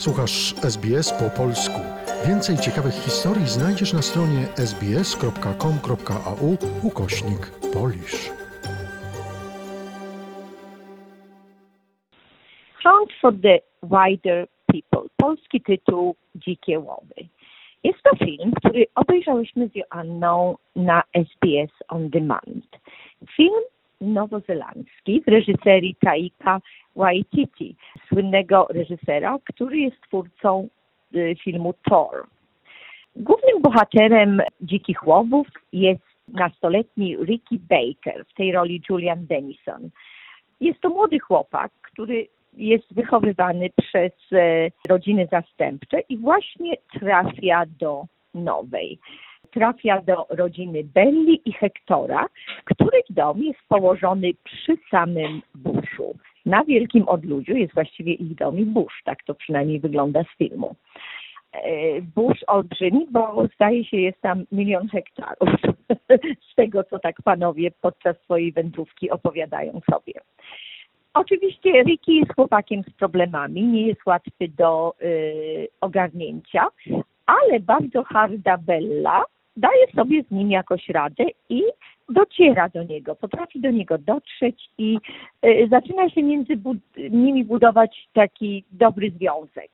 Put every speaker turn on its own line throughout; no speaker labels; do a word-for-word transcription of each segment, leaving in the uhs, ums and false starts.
Słuchasz S B S po polsku. Więcej ciekawych historii znajdziesz na stronie sbs.com.au ukośnik polish.
Hunt for the Wilder People. Polski tytuł Dzikie łowy. Jest to film, który obejrzałyśmy z Joanną na S B S On Demand. Film nowozelandzki w reżyserii Taika Waititi, słynnego reżysera, który jest twórcą y, filmu Thor. Głównym bohaterem Dzikich łowów jest nastoletni Ricky Baker, w tej roli Julian Dennison. Jest to młody chłopak, który jest wychowywany przez e, rodziny zastępcze i właśnie trafia do nowej. Trafia do rodziny Belli i Hektora, których dom jest położony przy samym buszu. Na wielkim odludziu jest właściwie ich dom i busz, tak to przynajmniej wygląda z filmu. E, busz olbrzymi, bo zdaje się jest tam milion hektarów, z tego co tak panowie podczas swojej wędrówki opowiadają sobie. Oczywiście Ricky jest chłopakiem z problemami, nie jest łatwy do y, ogarnięcia, ale bardzo harda Bella daje sobie z nim jakoś radę i dociera do niego, potrafi do niego dotrzeć i y, zaczyna się między bud- nimi budować taki dobry związek.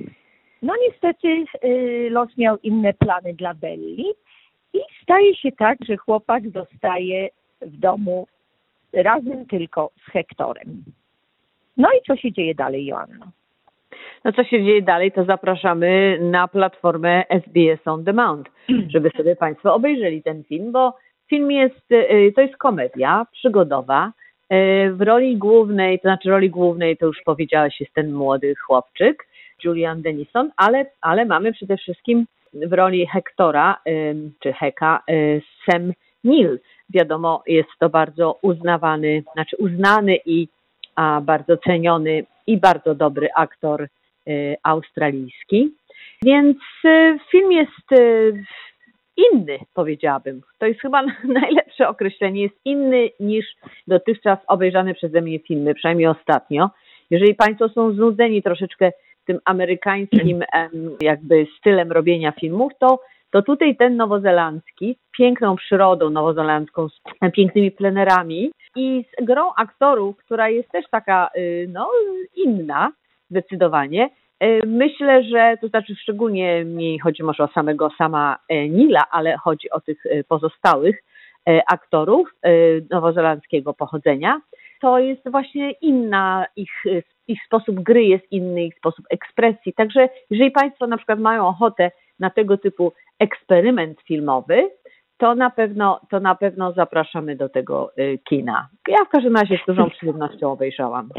No niestety y, los miał inne plany dla Belli i staje się tak, że chłopak zostaje w domu razem tylko z Hektorem. No i co się dzieje dalej, Joanno?
No co się dzieje dalej, to zapraszamy na platformę S B S On Demand, żeby sobie Państwo obejrzeli ten film, bo film jest, to jest komedia przygodowa. W roli głównej, to znaczy roli głównej, to już powiedziałaś, jest ten młody chłopczyk, Julian Dennison, ale, ale mamy przede wszystkim w roli Hektora, czy Heka, Sam Neill. Wiadomo, jest to bardzo uznawany, znaczy uznany i a, bardzo ceniony i bardzo dobry aktor y, australijski. Więc y, film jest y, inny, powiedziałabym. To jest chyba najlepsze określenie. Jest inny niż dotychczas obejrzane przeze mnie filmy, przynajmniej ostatnio. Jeżeli Państwo są znudzeni troszeczkę tym amerykańskim em, jakby stylem robienia filmów, to to tutaj ten nowozelandzki z piękną przyrodą nowozelandzką, z pięknymi plenerami i z grą aktorów, która jest też taka no inna zdecydowanie. Myślę, że to znaczy szczególnie mi chodzi może o samego sama Neila, ale chodzi o tych pozostałych aktorów nowozelandzkiego pochodzenia. To jest właśnie inna, ich, ich sposób gry jest inny, ich sposób ekspresji. Także jeżeli Państwo na przykład mają ochotę na tego typu eksperyment filmowy, to na pewno, to na pewno zapraszamy do tego y, kina. Ja w każdym razie z dużą przyjemnością obejrzałam.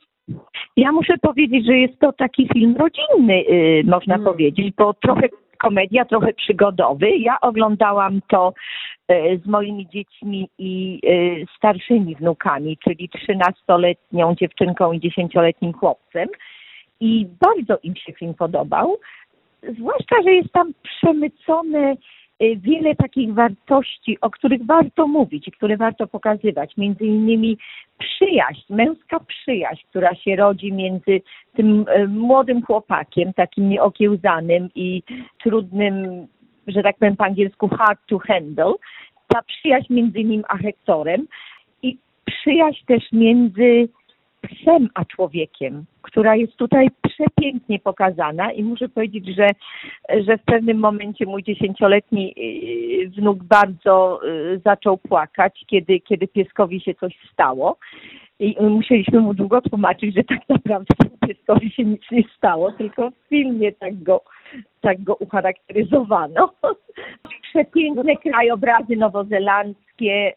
Ja muszę powiedzieć, że jest to taki film rodzinny, y, można hmm. powiedzieć, bo trochę komedia, trochę przygodowy. Ja oglądałam to y, z moimi dziećmi i y, starszymi wnukami, czyli trzynastoletnią dziewczynką i dziesięcioletnim chłopcem. I bardzo im się film podobał. Zwłaszcza, że jest tam przemycone wiele takich wartości, o których warto mówić i które warto pokazywać. Między innymi przyjaźń, męska przyjaźń, która się rodzi między tym młodym chłopakiem, takim nieokiełzanym i trudnym, że tak powiem po angielsku, hard to handle. Ta przyjaźń między nim a Hektorem i przyjaźń też między psem a człowiekiem, która jest tutaj przepięknie pokazana i muszę powiedzieć, że, że w pewnym momencie mój dziesięcioletni wnuk bardzo zaczął płakać, kiedy, kiedy pieskowi się coś stało i musieliśmy mu długo tłumaczyć, że tak naprawdę pieskowi się nic nie stało, tylko w filmie tak go, tak go ucharakteryzowano. Przepiękne krajobrazy nowozelandzkie,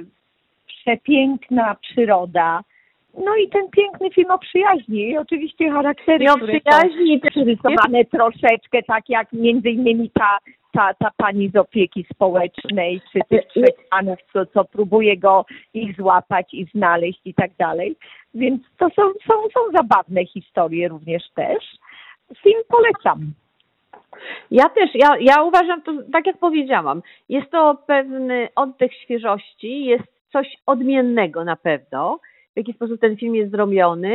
przepiękna przyroda. No i ten piękny film o przyjaźni i oczywiście charaktery,
I o
które
przyjaźni
są rysowane troszeczkę tak jak między innymi ta, ta, ta pani z opieki społecznej, czy tych trzech panów, co, co próbuje go ich złapać i znaleźć i tak dalej. Więc to są, są, są zabawne historie również też. Film polecam.
Ja też, ja, ja uważam to, tak jak powiedziałam, jest to pewny oddech świeżości, jest coś odmiennego na pewno. W jaki sposób ten film jest zrobiony.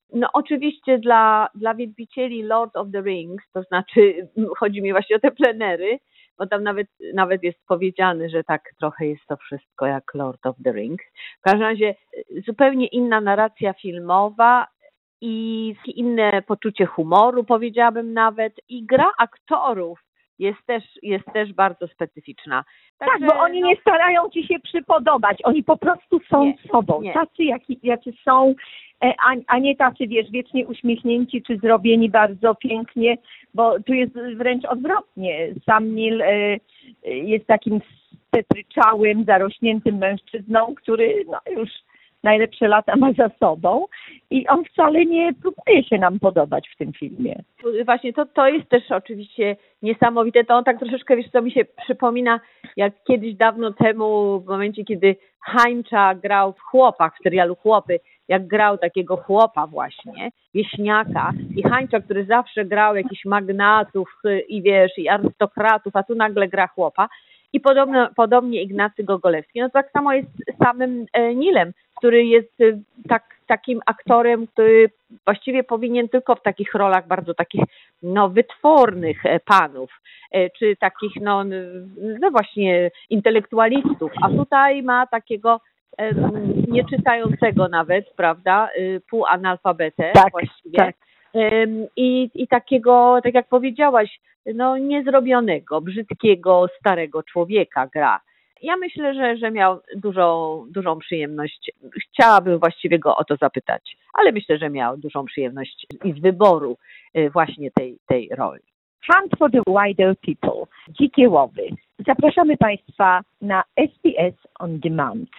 No oczywiście dla, dla wielbicieli Lord of the Rings, to znaczy chodzi mi właśnie o te plenery, bo tam nawet, nawet jest powiedziane, że tak trochę jest to wszystko jak Lord of the Rings. W każdym razie zupełnie inna narracja filmowa i inne poczucie humoru, powiedziałabym nawet, i gra aktorów jest też, jest też bardzo specyficzna.
Tak, bo oni
no,
nie starają ci się przypodobać, oni po prostu są
Nie,
sobą,
nie.
tacy jaki, jacy są, e, a, a nie tacy, wiesz, wiecznie uśmiechnięci czy zrobieni bardzo pięknie, bo tu jest wręcz odwrotnie. Sam Neil e, e, jest takim spetryczałym, zarośniętym mężczyzną, który no, już najlepsze lata ma za sobą i on wcale nie próbuje się nam podobać w tym filmie.
Właśnie to, to jest też oczywiście niesamowite. To on tak troszeczkę, wiesz co, mi się przypomina, jak kiedyś dawno temu, w momencie, kiedy Hańcza grał w Chłopach, w serialu Chłopy, jak grał takiego chłopa właśnie, wieśniaka, i Hańcza, który zawsze grał jakichś magnatów i wiesz, i arystokratów, a tu nagle gra chłopa. I podobno, podobnie Ignacy Gogolewski. No tak samo jest z samym e, Nilem, który jest e, tak, takim aktorem, który właściwie powinien tylko w takich rolach bardzo takich no, wytwornych e, panów, e, czy takich no, n- no właśnie intelektualistów, a tutaj ma takiego e, nieczytającego nawet, prawda, e, półanalfabetę
Tak,
właściwie.
tak.
Ym, I, I takiego, tak jak powiedziałaś, no niezrobionego, brzydkiego, starego człowieka gra. Ja myślę, że, że miał dużą, dużą przyjemność. Chciałabym właściwie go o to zapytać, ale myślę, że miał dużą przyjemność i z wyboru y, właśnie tej, tej roli.
Hunt for the Wider People, Dzikie Łowy. Zapraszamy Państwa na S B S On Demand.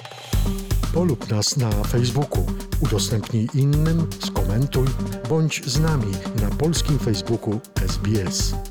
Polub nas na Facebooku, udostępnij innym, skomentuj, bądź z nami na polskim Facebooku S B S.